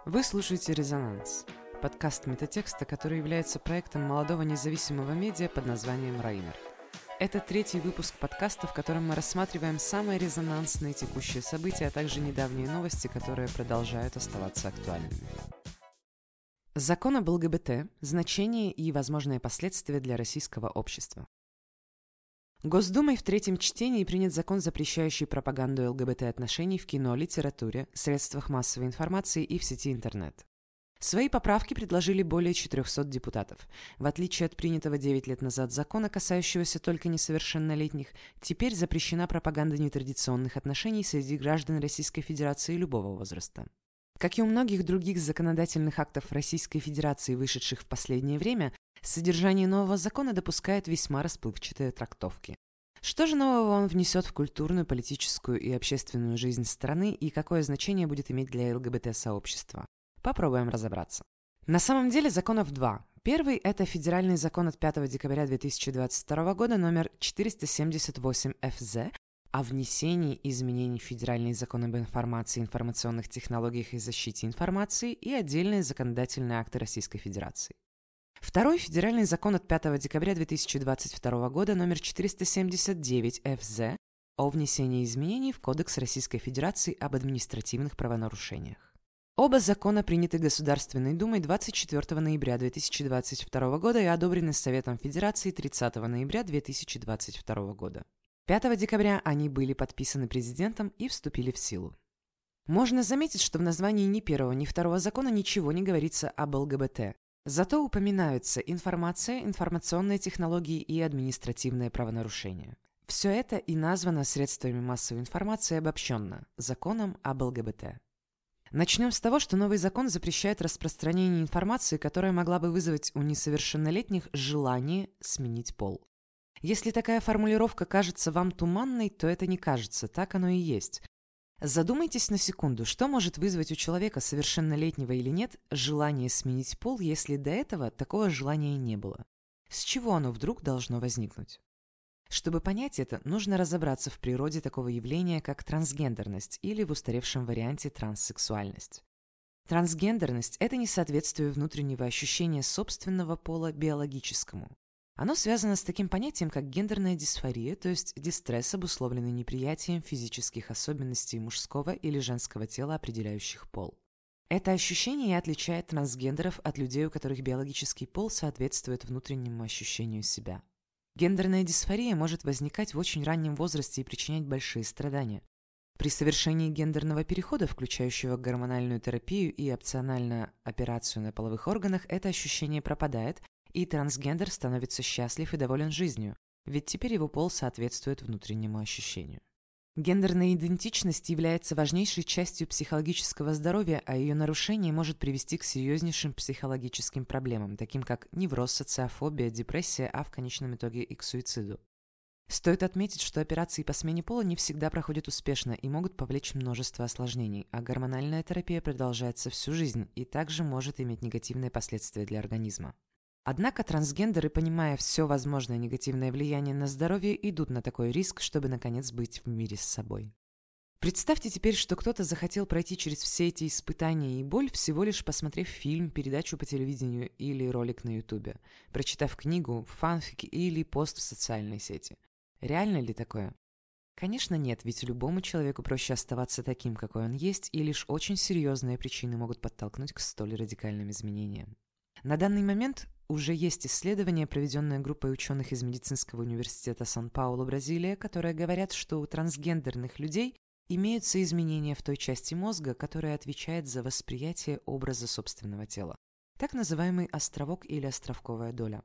Вы слушаете «Резонанс» — подкаст метатекста, который является проектом молодого независимого медиа под названием «Райнер». Это третий выпуск подкаста, в котором мы рассматриваем самые резонансные текущие события, а также недавние новости, которые продолжают оставаться актуальными. Закон об ЛГБТ, значение и возможные последствия для российского общества. Госдумой в третьем чтении принят закон, запрещающий пропаганду ЛГБТ-отношений в кино, литературе, средствах массовой информации и в сети интернет. Свои поправки предложили более 400 депутатов. В отличие от принятого 9 лет назад закона, касающегося только несовершеннолетних, теперь запрещена пропаганда нетрадиционных отношений среди граждан Российской Федерации любого возраста. Как и у многих других законодательных актов Российской Федерации, вышедших в последнее время, содержание нового закона допускает весьма расплывчатые трактовки. Что же нового он внесет в культурную, политическую и общественную жизнь страны и какое значение будет иметь для ЛГБТ-сообщества? Попробуем разобраться. На самом деле законов два. Первый – это федеральный закон от 5 декабря 2022 года номер 478 ФЗ о внесении изменений в Федеральный закон об информации, информационных технологиях и защите информации и отдельные законодательные акты Российской Федерации. Второй – федеральный закон от 5 декабря 2022 года номер 479 ФЗ о внесении изменений в Кодекс Российской Федерации об административных правонарушениях. Оба закона приняты Государственной Думой 24 ноября 2022 года и одобрены Советом Федерации 30 ноября 2022 года. 5 декабря они были подписаны президентом и вступили в силу. Можно заметить, что в названии ни первого, ни второго закона ничего не говорится об ЛГБТ. Зато упоминаются информация, информационные технологии и административные правонарушения. Все это и названо средствами массовой информации обобщенно – законом об ЛГБТ. Начнем с того, что новый закон запрещает распространение информации, которая могла бы вызвать у несовершеннолетних желание сменить пол. Если такая формулировка кажется вам туманной, то это не кажется, так оно и есть. Задумайтесь на секунду, что может вызвать у человека, совершеннолетнего или нет, желание сменить пол, если до этого такого желания не было? С чего оно вдруг должно возникнуть? Чтобы понять это, нужно разобраться в природе такого явления, как трансгендерность или в устаревшем варианте транссексуальность. Трансгендерность – это несоответствие внутреннего ощущения собственного пола биологическому. Оно связано с таким понятием, как гендерная дисфория, то есть дистресс, обусловленный неприятием физических особенностей мужского или женского тела, определяющих пол. Это ощущение и отличает трансгендеров от людей, у которых биологический пол соответствует внутреннему ощущению себя. Гендерная дисфория может возникать в очень раннем возрасте и причинять большие страдания. При совершении гендерного перехода, включающего гормональную терапию и опциональную операцию на половых органах, это ощущение пропадает, и трансгендер становится счастлив и доволен жизнью, ведь теперь его пол соответствует внутреннему ощущению. Гендерная идентичность является важнейшей частью психологического здоровья, а ее нарушение может привести к серьезнейшим психологическим проблемам, таким как невроз, социофобия, депрессия, а в конечном итоге и к суициду. Стоит отметить, что операции по смене пола не всегда проходят успешно и могут повлечь множество осложнений, а гормональная терапия продолжается всю жизнь и также может иметь негативные последствия для организма. Однако трансгендеры, понимая все возможное негативное влияние на здоровье, идут на такой риск, чтобы наконец быть в мире с собой. Представьте теперь, что кто-то захотел пройти через все эти испытания и боль, всего лишь посмотрев фильм, передачу по телевидению или ролик на ютубе, прочитав книгу, фанфик или пост в социальной сети. Реально ли такое? Конечно нет, ведь любому человеку проще оставаться таким, какой он есть, и лишь очень серьезные причины могут подтолкнуть к столь радикальным изменениям. На данный момент уже есть исследования, проведенные группой ученых из медицинского университета Сан-Паулу, Бразилия, которые говорят, что у трансгендерных людей имеются изменения в той части мозга, которая отвечает за восприятие образа собственного тела. Так называемый островок или островковая доля.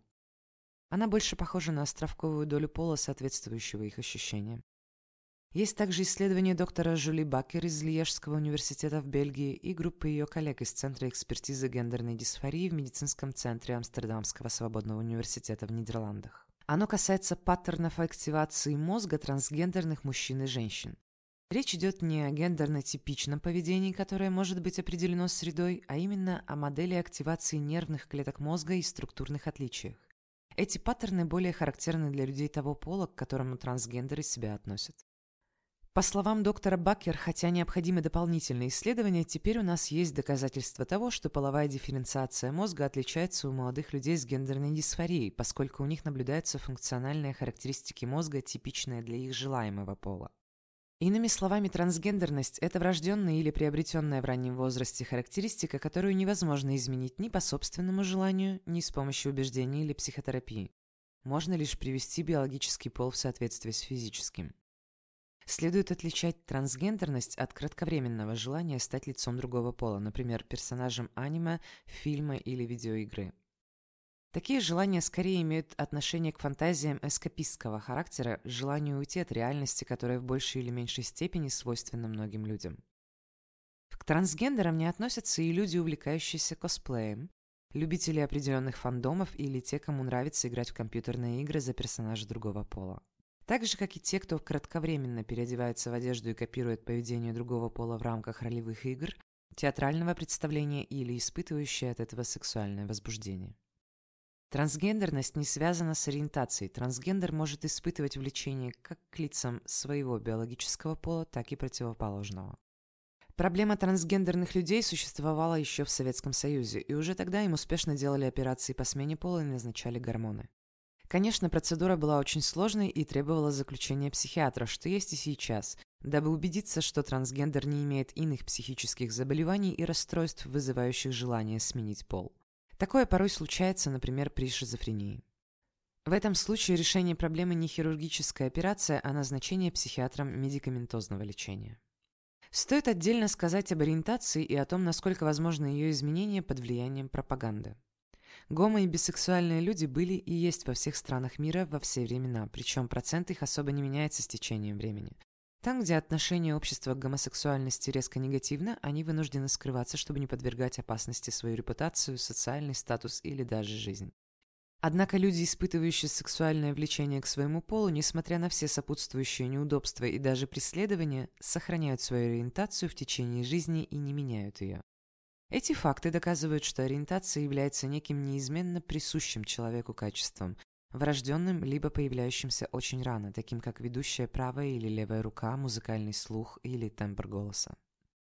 Она больше похожа на островковую долю пола, соответствующего их ощущениям. Есть также исследование доктора Жюли Бакер из Льежского университета в Бельгии и группы ее коллег из Центра экспертизы гендерной дисфории в медицинском центре Амстердамского свободного университета в Нидерландах. Оно касается паттернов активации мозга трансгендерных мужчин и женщин. Речь идет не о гендерно-типичном поведении, которое может быть определено средой, а именно о модели активации нервных клеток мозга и структурных отличиях. Эти паттерны более характерны для людей того пола, к которому трансгендеры себя относят. По словам доктора Баккер, хотя необходимы дополнительные исследования, теперь у нас есть доказательства того, что половая дифференциация мозга отличается у молодых людей с гендерной дисфорией, поскольку у них наблюдаются функциональные характеристики мозга, типичные для их желаемого пола. Иными словами, трансгендерность – это врожденная или приобретенная в раннем возрасте характеристика, которую невозможно изменить ни по собственному желанию, ни с помощью убеждений или психотерапии. Можно лишь привести биологический пол в соответствие с физическим. Следует отличать трансгендерность от кратковременного желания стать лицом другого пола, например, персонажем аниме, фильма или видеоигры. Такие желания скорее имеют отношение к фантазиям эскапистского характера, желанию уйти от реальности, которая в большей или меньшей степени свойственна многим людям. К трансгендерам не относятся и люди, увлекающиеся косплеем, любители определенных фандомов или те, кому нравится играть в компьютерные игры за персонажа другого пола. Так же, как и те, кто кратковременно переодевается в одежду и копирует поведение другого пола в рамках ролевых игр, театрального представления или испытывающие от этого сексуальное возбуждение. Трансгендерность не связана с ориентацией. Трансгендер может испытывать влечение как к лицам своего биологического пола, так и противоположного. Проблема трансгендерных людей существовала еще в Советском Союзе, и уже тогда им успешно делали операции по смене пола и назначали гормоны. Конечно, процедура была очень сложной и требовала заключения психиатра, что есть и сейчас, дабы убедиться, что трансгендер не имеет иных психических заболеваний и расстройств, вызывающих желание сменить пол. Такое порой случается, например, при шизофрении. В этом случае решение проблемы не хирургическая операция, а назначение психиатром медикаментозного лечения. Стоит отдельно сказать об ориентации и о том, насколько возможно ее изменение под влиянием пропаганды. Гомо- и бисексуальные люди были и есть во всех странах мира во все времена, причем процент их особо не меняется с течением времени. Там, где отношение общества к гомосексуальности резко негативно, они вынуждены скрываться, чтобы не подвергать опасности свою репутацию, социальный статус или даже жизнь. Однако люди, испытывающие сексуальное влечение к своему полу, несмотря на все сопутствующие неудобства и даже преследования, сохраняют свою ориентацию в течение жизни и не меняют ее. Эти факты доказывают, что ориентация является неким неизменно присущим человеку качеством, врожденным либо появляющимся очень рано, таким как ведущая правая или левая рука, музыкальный слух или тембр голоса.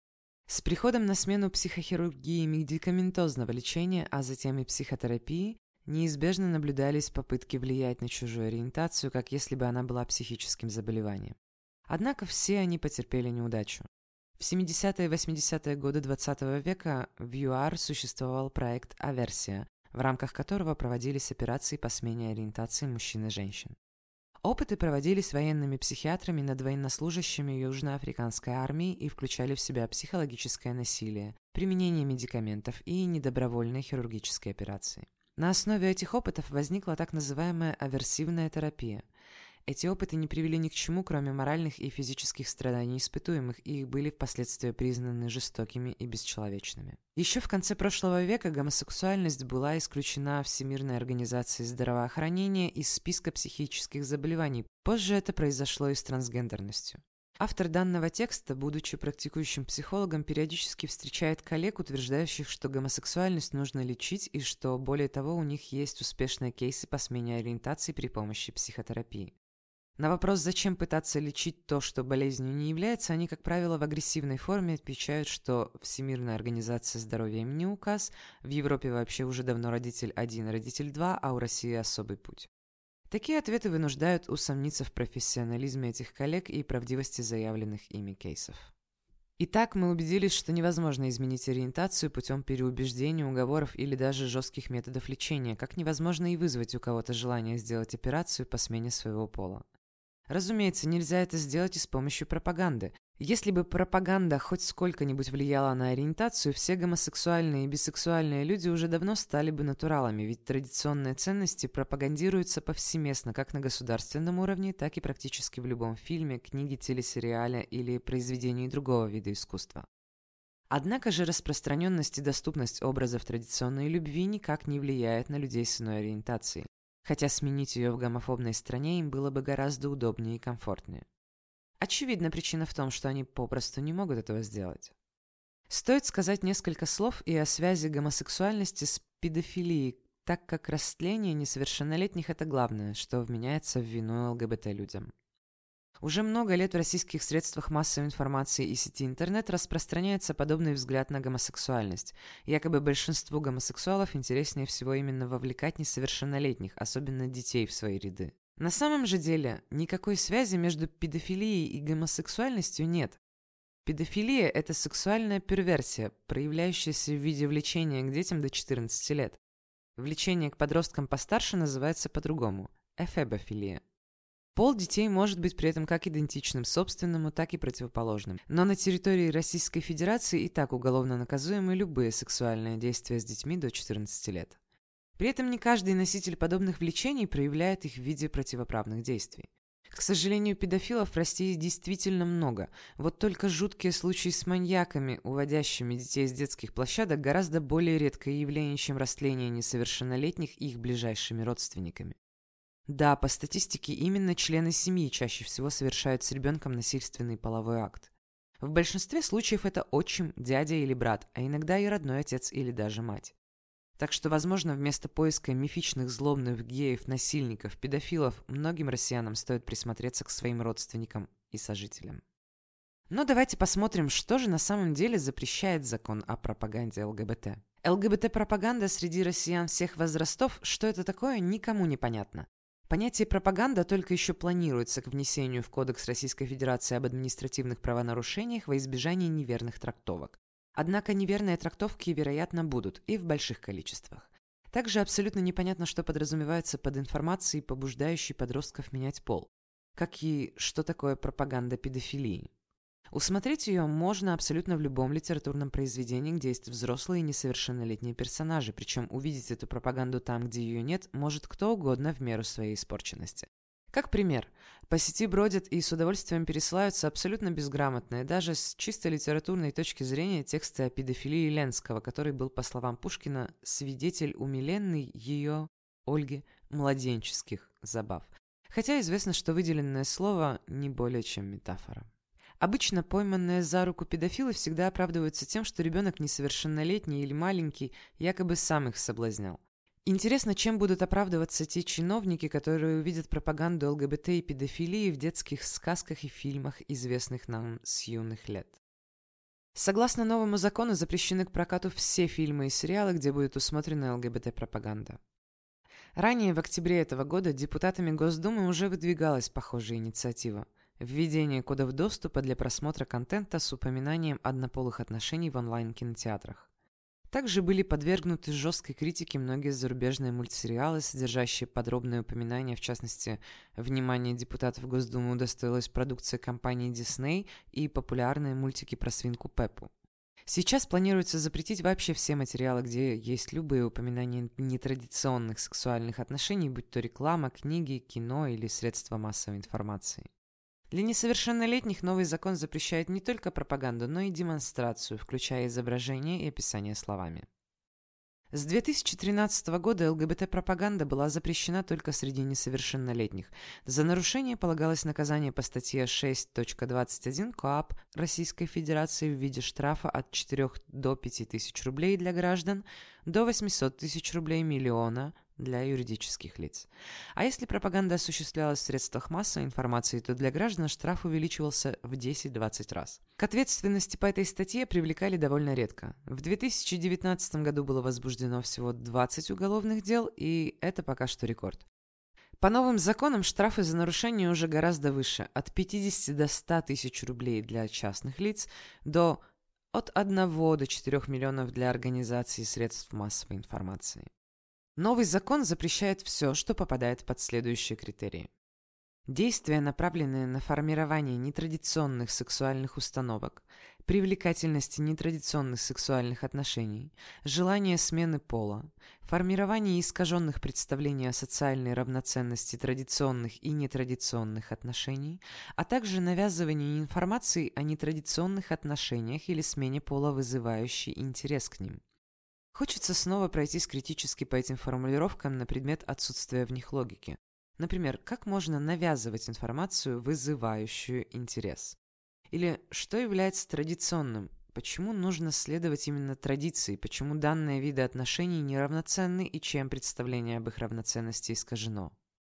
С приходом на смену психохирургии и медикаментозного лечения, а затем и психотерапии, неизбежно наблюдались попытки влиять на чужую ориентацию, как если бы она была психическим заболеванием. Однако все они потерпели неудачу. В 70-е и 80-е годы XX века в ЮАР существовал проект «Аверсия», в рамках которого проводились операции по смене ориентации мужчин и женщин. Опыты проводились военными психиатрами над военнослужащими южноафриканской армии и включали в себя психологическое насилие, применение медикаментов и недобровольные хирургические операции. На основе этих опытов возникла так называемая аверсивная терапия. Эти опыты не привели ни к чему, кроме моральных и физических страданий испытуемых, и их были впоследствии признаны жестокими и бесчеловечными. Еще в конце прошлого века гомосексуальность была исключена Всемирной организацией здравоохранения из списка психических заболеваний. Позже это произошло и с трансгендерностью. Автор данного текста, будучи практикующим психологом, периодически встречает коллег, утверждающих, что гомосексуальность нужно лечить и что, более того, у них есть успешные кейсы по смене ориентации при помощи психотерапии. На вопрос, зачем пытаться лечить то, что болезнью не является, они, как правило, в агрессивной форме отвечают, что Всемирная организация здоровья им не указ, в Европе вообще уже давно родитель 1, родитель 2, а у России особый путь. Такие ответы вынуждают усомниться в профессионализме этих коллег и правдивости заявленных ими кейсов. Итак, мы убедились, что невозможно изменить ориентацию путем переубеждения, уговоров или даже жестких методов лечения, как невозможно и вызвать у кого-то желание сделать операцию по смене своего пола. Разумеется, нельзя это сделать и с помощью пропаганды. Если бы пропаганда хоть сколько-нибудь влияла на ориентацию, все гомосексуальные и бисексуальные люди уже давно стали бы натуралами, ведь традиционные ценности пропагандируются повсеместно как на государственном уровне, так и практически в любом фильме, книге, телесериале или произведении другого вида искусства. Однако же распространенность и доступность образов традиционной любви никак не влияет на людей с иной ориентацией, хотя сменить ее в гомофобной стране им было бы гораздо удобнее и комфортнее. Очевидно, причина в том, что они попросту не могут этого сделать. Стоит сказать несколько слов и о связи гомосексуальности с педофилией, так как растление несовершеннолетних – это главное, что вменяется в вину ЛГБТ-людям. Уже много лет в российских средствах массовой информации и сети интернет распространяется подобный взгляд на гомосексуальность. Якобы большинству гомосексуалов интереснее всего именно вовлекать несовершеннолетних, особенно детей, в свои ряды. На самом же деле никакой связи между педофилией и гомосексуальностью нет. Педофилия – это сексуальная перверсия, проявляющаяся в виде влечения к детям до 14 лет. Влечение к подросткам постарше называется по-другому – эфебофилия. Пол детей может быть при этом как идентичным собственному, так и противоположным. Но на территории Российской Федерации и так уголовно наказуемы любые сексуальные действия с детьми до 14 лет. При этом не каждый носитель подобных влечений проявляет их в виде противоправных действий. К сожалению, педофилов в России действительно много. Вот только жуткие случаи с маньяками, уводящими детей с детских площадок, гораздо более редкое явление, чем растление несовершеннолетних их ближайшими родственниками. Да, по статистике, именно члены семьи чаще всего совершают с ребенком насильственный половой акт. В большинстве случаев это отчим, дядя или брат, а иногда и родной отец или даже мать. Так что, возможно, вместо поиска мифичных злобных геев, насильников, педофилов, многим россиянам стоит присмотреться к своим родственникам и сожителям. Но давайте посмотрим, что же на самом деле запрещает закон о пропаганде ЛГБТ. ЛГБТ-пропаганда среди россиян всех возрастов, что это такое, никому не понятно. Понятие «пропаганда» только еще планируется к внесению в Кодекс Российской Федерации об административных правонарушениях во избежание неверных трактовок. Однако неверные трактовки, вероятно, будут и в больших количествах. Также абсолютно непонятно, что подразумевается под информацией, побуждающей подростков менять пол, как и что такое пропаганда педофилии. Усмотреть ее можно абсолютно в любом литературном произведении, где есть взрослые и несовершеннолетние персонажи, причем увидеть эту пропаганду там, где ее нет, может кто угодно в меру своей испорченности. Как пример, по сети бродят и с удовольствием пересылаются абсолютно безграмотные, даже с чисто литературной точки зрения, тексты о педофилии Ленского, который был, по словам Пушкина, свидетель умиленный ее, Ольги, младенческих забав. Хотя известно, что выделенное слово не более чем метафора. Обычно пойманные за руку педофилы всегда оправдываются тем, что ребенок несовершеннолетний или маленький, якобы сам их соблазнял. Интересно, чем будут оправдываться те чиновники, которые увидят пропаганду ЛГБТ и педофилии в детских сказках и фильмах, известных нам с юных лет. Согласно новому закону, запрещены к прокату все фильмы и сериалы, где будет усмотрена ЛГБТ-пропаганда. Ранее, в октябре этого года, депутатами Госдумы уже выдвигалась похожая инициатива – введение кодов доступа для просмотра контента с упоминанием однополых отношений в онлайн-кинотеатрах. Также были подвергнуты жесткой критике многие зарубежные мультсериалы, содержащие подробные упоминания, в частности, внимание депутатов Госдумы удостоилась продукция компании Disney и популярные мультики про свинку Пеппу. Сейчас планируется запретить вообще все материалы, где есть любые упоминания нетрадиционных сексуальных отношений, будь то реклама, книги, кино или средства массовой информации. Для несовершеннолетних новый закон запрещает не только пропаганду, но и демонстрацию, включая изображение и описание словами. С 2013 года ЛГБТ-пропаганда была запрещена только среди несовершеннолетних. За нарушение полагалось наказание по статье 6.21 КоАП Российской Федерации в виде штрафа от 4 до 5 тысяч рублей для граждан, до 800 тысяч рублей миллиона для юридических лиц. А если пропаганда осуществлялась в средствах массовой информации, то для граждан штраф увеличивался в 10-20 раз. К ответственности по этой статье привлекали довольно редко. В 2019 году было возбуждено всего 20 уголовных дел, и это пока что рекорд. По новым законам штрафы за нарушение уже гораздо выше, от 50 до 100 тысяч рублей для частных лиц, до от 1 до 4 миллионов для организаций средств массовой информации. Новый закон запрещает все, что попадает под следующие критерии. Действия, направленные на формирование нетрадиционных сексуальных установок, привлекательности нетрадиционных сексуальных отношений, желание смены пола, формирование искаженных представлений о социальной равноценности традиционных и нетрадиционных отношений, а также навязывание информации о нетрадиционных отношениях или смене пола, вызывающей интерес к ним. Хочется снова пройтись критически по этим формулировкам на предмет отсутствия в них логики. Например, как можно навязывать информацию, вызывающую интерес? Или что является традиционным? Почему нужно следовать именно традиции? Почему данные виды отношений неравноценны и чем представление об их равноценности искажено?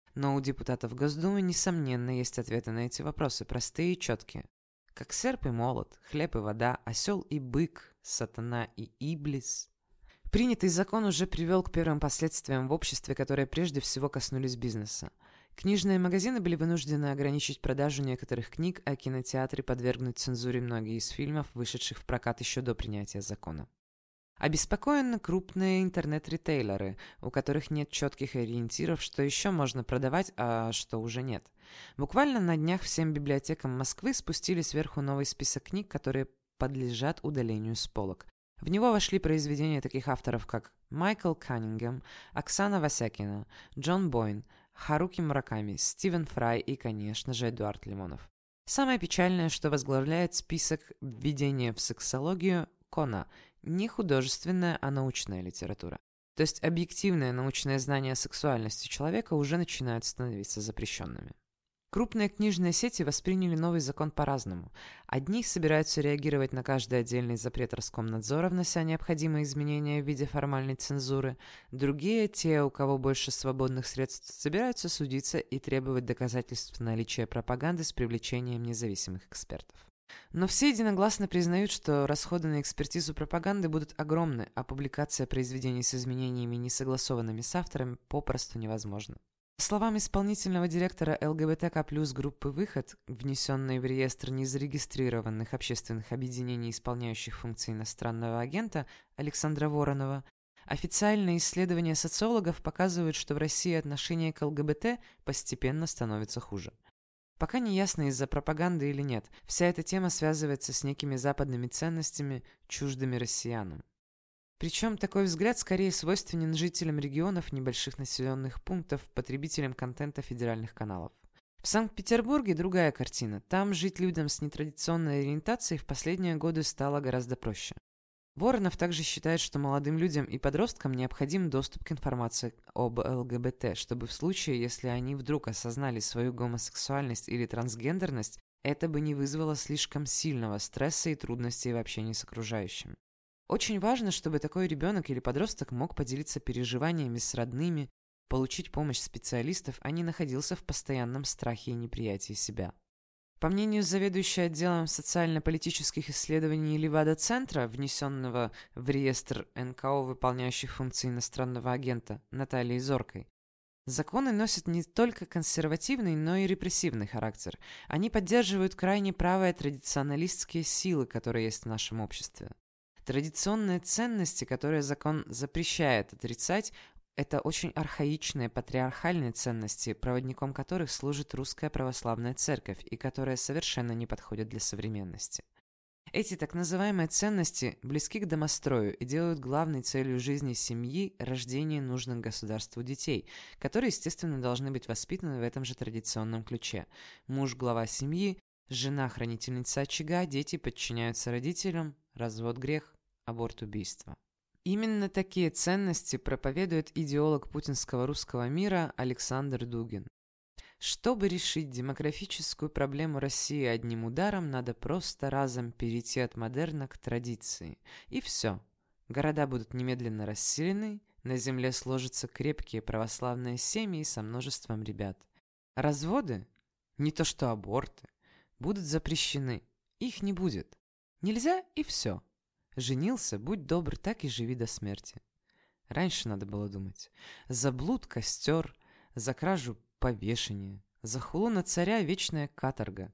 Но у депутатов Госдумы, несомненно, есть ответы на эти вопросы, простые и четкие. Как серп и молот, хлеб и вода, осел и бык, сатана и иблис. Принятый закон уже привел к первым последствиям в обществе, которые прежде всего коснулись бизнеса. Книжные магазины были вынуждены ограничить продажу некоторых книг, а кинотеатры подвергнуть цензуре многие из фильмов, вышедших в прокат еще до принятия закона. Обеспокоены крупные интернет-ритейлеры, у которых нет четких ориентиров, что еще можно продавать, а что уже нет. Буквально на днях всем библиотекам Москвы спустили сверху новый список книг, которые подлежат удалению с полок. В него вошли произведения таких авторов, как Майкл Каннингем, Оксана Васякина, Джон Бойн, Харуки Мураками, Стивен Фрай и, конечно же, Эдуард Лимонов. Самое печальное, что возглавляет список введения в сексологию Кона, не художественная, а научная литература. То есть объективное научное знание о сексуальности человека уже начинают становиться запрещенными. Крупные книжные сети восприняли новый закон по-разному. Одни собираются реагировать на каждый отдельный запрет Роскомнадзора, внося необходимые изменения в виде формальной цензуры. Другие, те, у кого больше свободных средств, собираются судиться и требовать доказательств наличия пропаганды с привлечением независимых экспертов. Но все единогласно признают, что расходы на экспертизу пропаганды будут огромны, а публикация произведений с изменениями, не согласованными с авторами, попросту невозможна. По словам исполнительного директора ЛГБТК+ группы «Выход», внесенной в реестр незарегистрированных общественных объединений, исполняющих функции иностранного агента, Александра Воронова, официальные исследования социологов показывают, что в России отношение к ЛГБТ постепенно становится хуже. Пока не ясно, из-за пропаганды или нет, вся эта тема связывается с некими западными ценностями, чуждыми россиянам. Причем такой взгляд скорее свойственен жителям регионов, небольших населенных пунктов, потребителям контента федеральных каналов. В Санкт-Петербурге другая картина. Там жить людям с нетрадиционной ориентацией в последние годы стало гораздо проще. Воронов также считает, что молодым людям и подросткам необходим доступ к информации об ЛГБТ, чтобы в случае, если они вдруг осознали свою гомосексуальность или трансгендерность, это бы не вызвало слишком сильного стресса и трудностей в общении с окружающими. Очень важно, чтобы такой ребенок или подросток мог поделиться переживаниями с родными, получить помощь специалистов, а не находился в постоянном страхе и неприятии себя. По мнению заведующей отделом социально-политических исследований Левада-центра, внесенного в реестр НКО, выполняющих функции иностранного агента, Натальей Зоркой, законы носят не только консервативный, но и репрессивный характер. Они поддерживают крайне правые традиционалистские силы, которые есть в нашем обществе. Традиционные ценности, которые закон запрещает отрицать, это очень архаичные патриархальные ценности, проводником которых служит Русская Православная Церковь и которые совершенно не подходят для современности. Эти так называемые ценности близки к домострою и делают главной целью жизни семьи рождение нужных государству детей, которые, естественно, должны быть воспитаны в этом же традиционном ключе. Муж – глава семьи, жена – хранительница очага, дети подчиняются родителям, развод – грех, аборт – убийство. Именно такие ценности проповедует идеолог путинского русского мира Александр Дугин. Чтобы решить демографическую проблему России одним ударом, надо просто разом перейти от модерна к традиции. И все. Города будут немедленно расселены, на земле сложатся крепкие православные семьи со множеством ребят. Разводы, не то что аборты, будут запрещены. Их не будет. Нельзя и все. Женился, будь добр, так и живи до смерти. Раньше надо было думать. За блуд костер, за кражу повешение, за хулу на царя вечная каторга.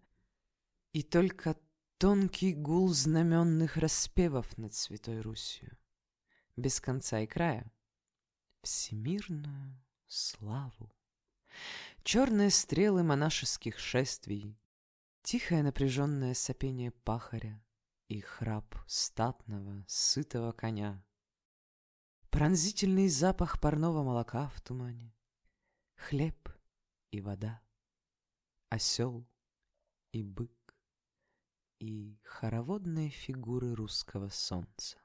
И только тонкий гул знаменных распевов над Святой Русью. Без конца и края. Всемирную славу. Черные стрелы монашеских шествий, тихое напряженное сопение пахаря и храп статного, сытого коня. Пронзительный запах парного молока в тумане, хлеб и вода, осел и бык и хороводные фигуры русского солнца.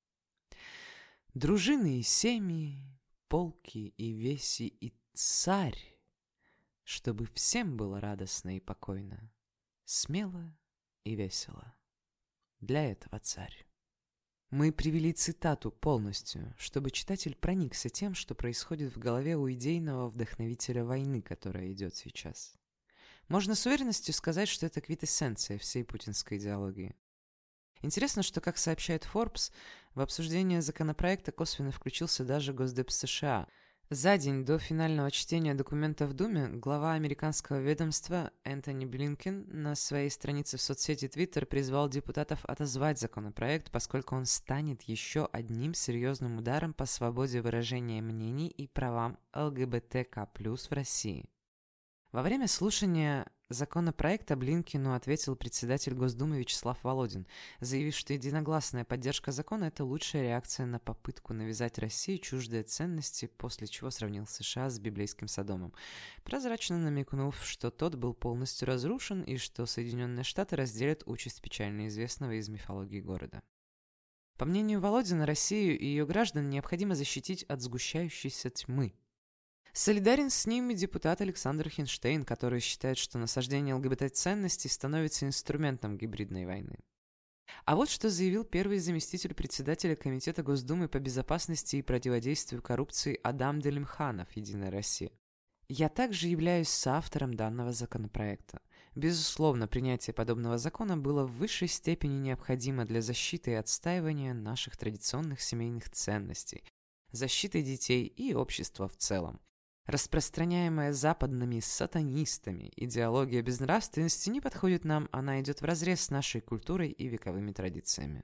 Дружины и семьи, полки и веси и царь, чтобы всем было радостно и покойно, смело и весело. Для этого царь. Мы привели цитату полностью, чтобы читатель проникся тем, что происходит в голове у идейного вдохновителя войны, которая идет сейчас. Можно с уверенностью сказать, что это квинтэссенция всей путинской идеологии. Интересно, что, как сообщает Forbes, в обсуждение законопроекта косвенно включился даже Госдеп США. За день до финального чтения документа в Думе глава американского ведомства Энтони Блинкен на своей странице в соцсети Twitter призвал депутатов отозвать законопроект, поскольку он станет еще одним серьезным ударом по свободе выражения мнений и правам ЛГБТК+ в России. Во время слушания законопроекта Блинкену ответил председатель Госдумы Вячеслав Володин, заявив, что единогласная поддержка закона – это лучшая реакция на попытку навязать России чуждые ценности, после чего сравнил США с библейским Содомом, прозрачно намекнув, что тот был полностью разрушен и что Соединенные Штаты разделят участь печально известного из мифологии города. По мнению Володина, Россию и ее граждан необходимо защитить от сгущающейся тьмы. Солидарен с ними депутат Александр Хинштейн, который считает, что насаждение ЛГБТ-ценностей становится инструментом гибридной войны. А вот что заявил первый заместитель председателя Комитета Госдумы по безопасности и противодействию коррупции Адам Делимханов, «Единая Россия». «Я также являюсь соавтором данного законопроекта. Безусловно, принятие подобного закона было в высшей степени необходимо для защиты и отстаивания наших традиционных семейных ценностей, защиты детей и общества в целом. Распространяемая западными сатанистами идеология безнравственности не подходит нам, она идет вразрез с нашей культурой и вековыми традициями».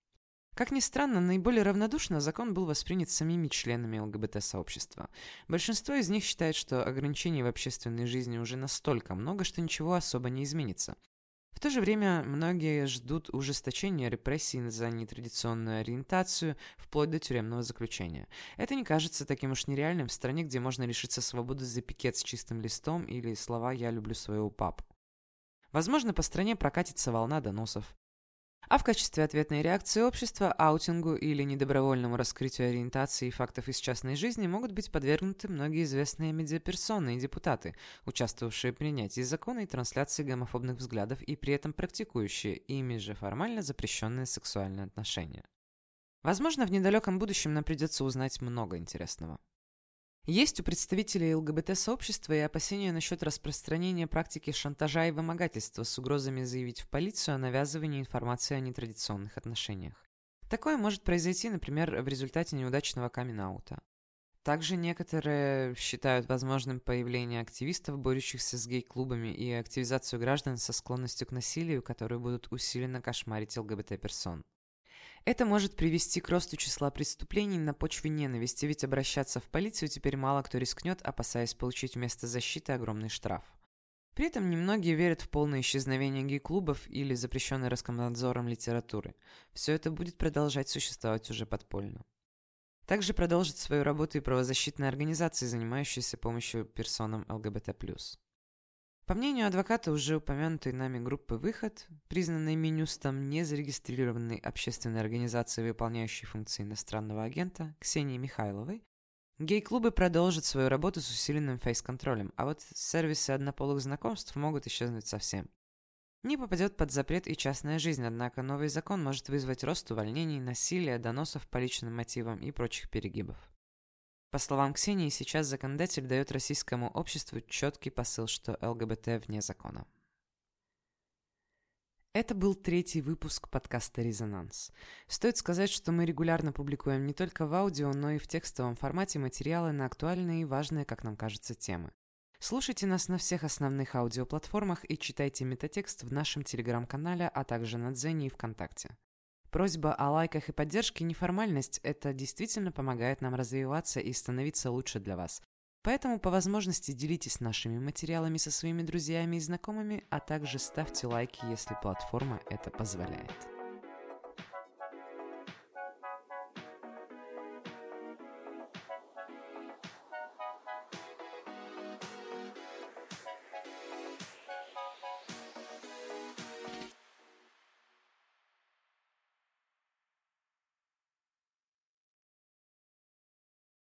Как ни странно, наиболее равнодушно закон был воспринят самими членами ЛГБТ-сообщества. Большинство из них считает, что ограничений в общественной жизни уже настолько много, что ничего особо не изменится. В то же время многие ждут ужесточения репрессий за нетрадиционную ориентацию, вплоть до тюремного заключения. Это не кажется таким уж нереальным в стране, где можно лишиться свободы за пикет с чистым листом или слова «я люблю своего папу». Возможно, по стране прокатится волна доносов. А в качестве ответной реакции общества аутингу или недобровольному раскрытию ориентации и фактов из частной жизни могут быть подвергнуты многие известные медиаперсоны и депутаты, участвовавшие в принятии закона и трансляции гомофобных взглядов и при этом практикующие ими же формально запрещенные сексуальные отношения. Возможно, в недалеком будущем нам придется узнать много интересного. Есть у представителей ЛГБТ-сообщества и опасения насчет распространения практики шантажа и вымогательства с угрозами заявить в полицию о навязывании информации о нетрадиционных отношениях. Такое может произойти, например, в результате неудачного камин-аута. Также некоторые считают возможным появление активистов, борющихся с гей-клубами, и активизацию граждан со склонностью к насилию, которые будут усиленно кошмарить ЛГБТ-персон. Это может привести к росту числа преступлений на почве ненависти, ведь обращаться в полицию теперь мало кто рискнет, опасаясь получить вместо защиты огромный штраф. При этом немногие верят в полное исчезновение гей-клубов или запрещенной Роскомнадзором литературы. Все это будет продолжать существовать уже подпольно. Также продолжит свою работу и правозащитные организации, занимающиеся помощью персонам ЛГБТ+. По мнению адвоката уже упомянутой нами группы «Выход», признанной Минюстом незарегистрированной общественной организацией, выполняющей функции иностранного агента, Ксении Михайловой, гей-клубы продолжат свою работу с усиленным фейс-контролем, а вот сервисы однополых знакомств могут исчезнуть совсем. Не попадет под запрет и частная жизнь, однако новый закон может вызвать рост увольнений, насилия, доносов по личным мотивам и прочих перегибов. По словам Ксении, сейчас законодатель дает российскому обществу четкий посыл, что ЛГБТ вне закона. Это был 3-й выпуск подкаста «Резонанс». Стоит сказать, что мы регулярно публикуем не только в аудио, но и в текстовом формате материалы на актуальные и важные, как нам кажется, темы. Слушайте нас на всех основных аудиоплатформах и читайте метатекст в нашем телеграм-канале, а также на Дзене и ВКонтакте. Просьба о лайках и поддержке не формальность, это действительно помогает нам развиваться и становиться лучше для вас. Поэтому по возможности делитесь нашими материалами со своими друзьями и знакомыми, а также ставьте лайки, если платформа это позволяет.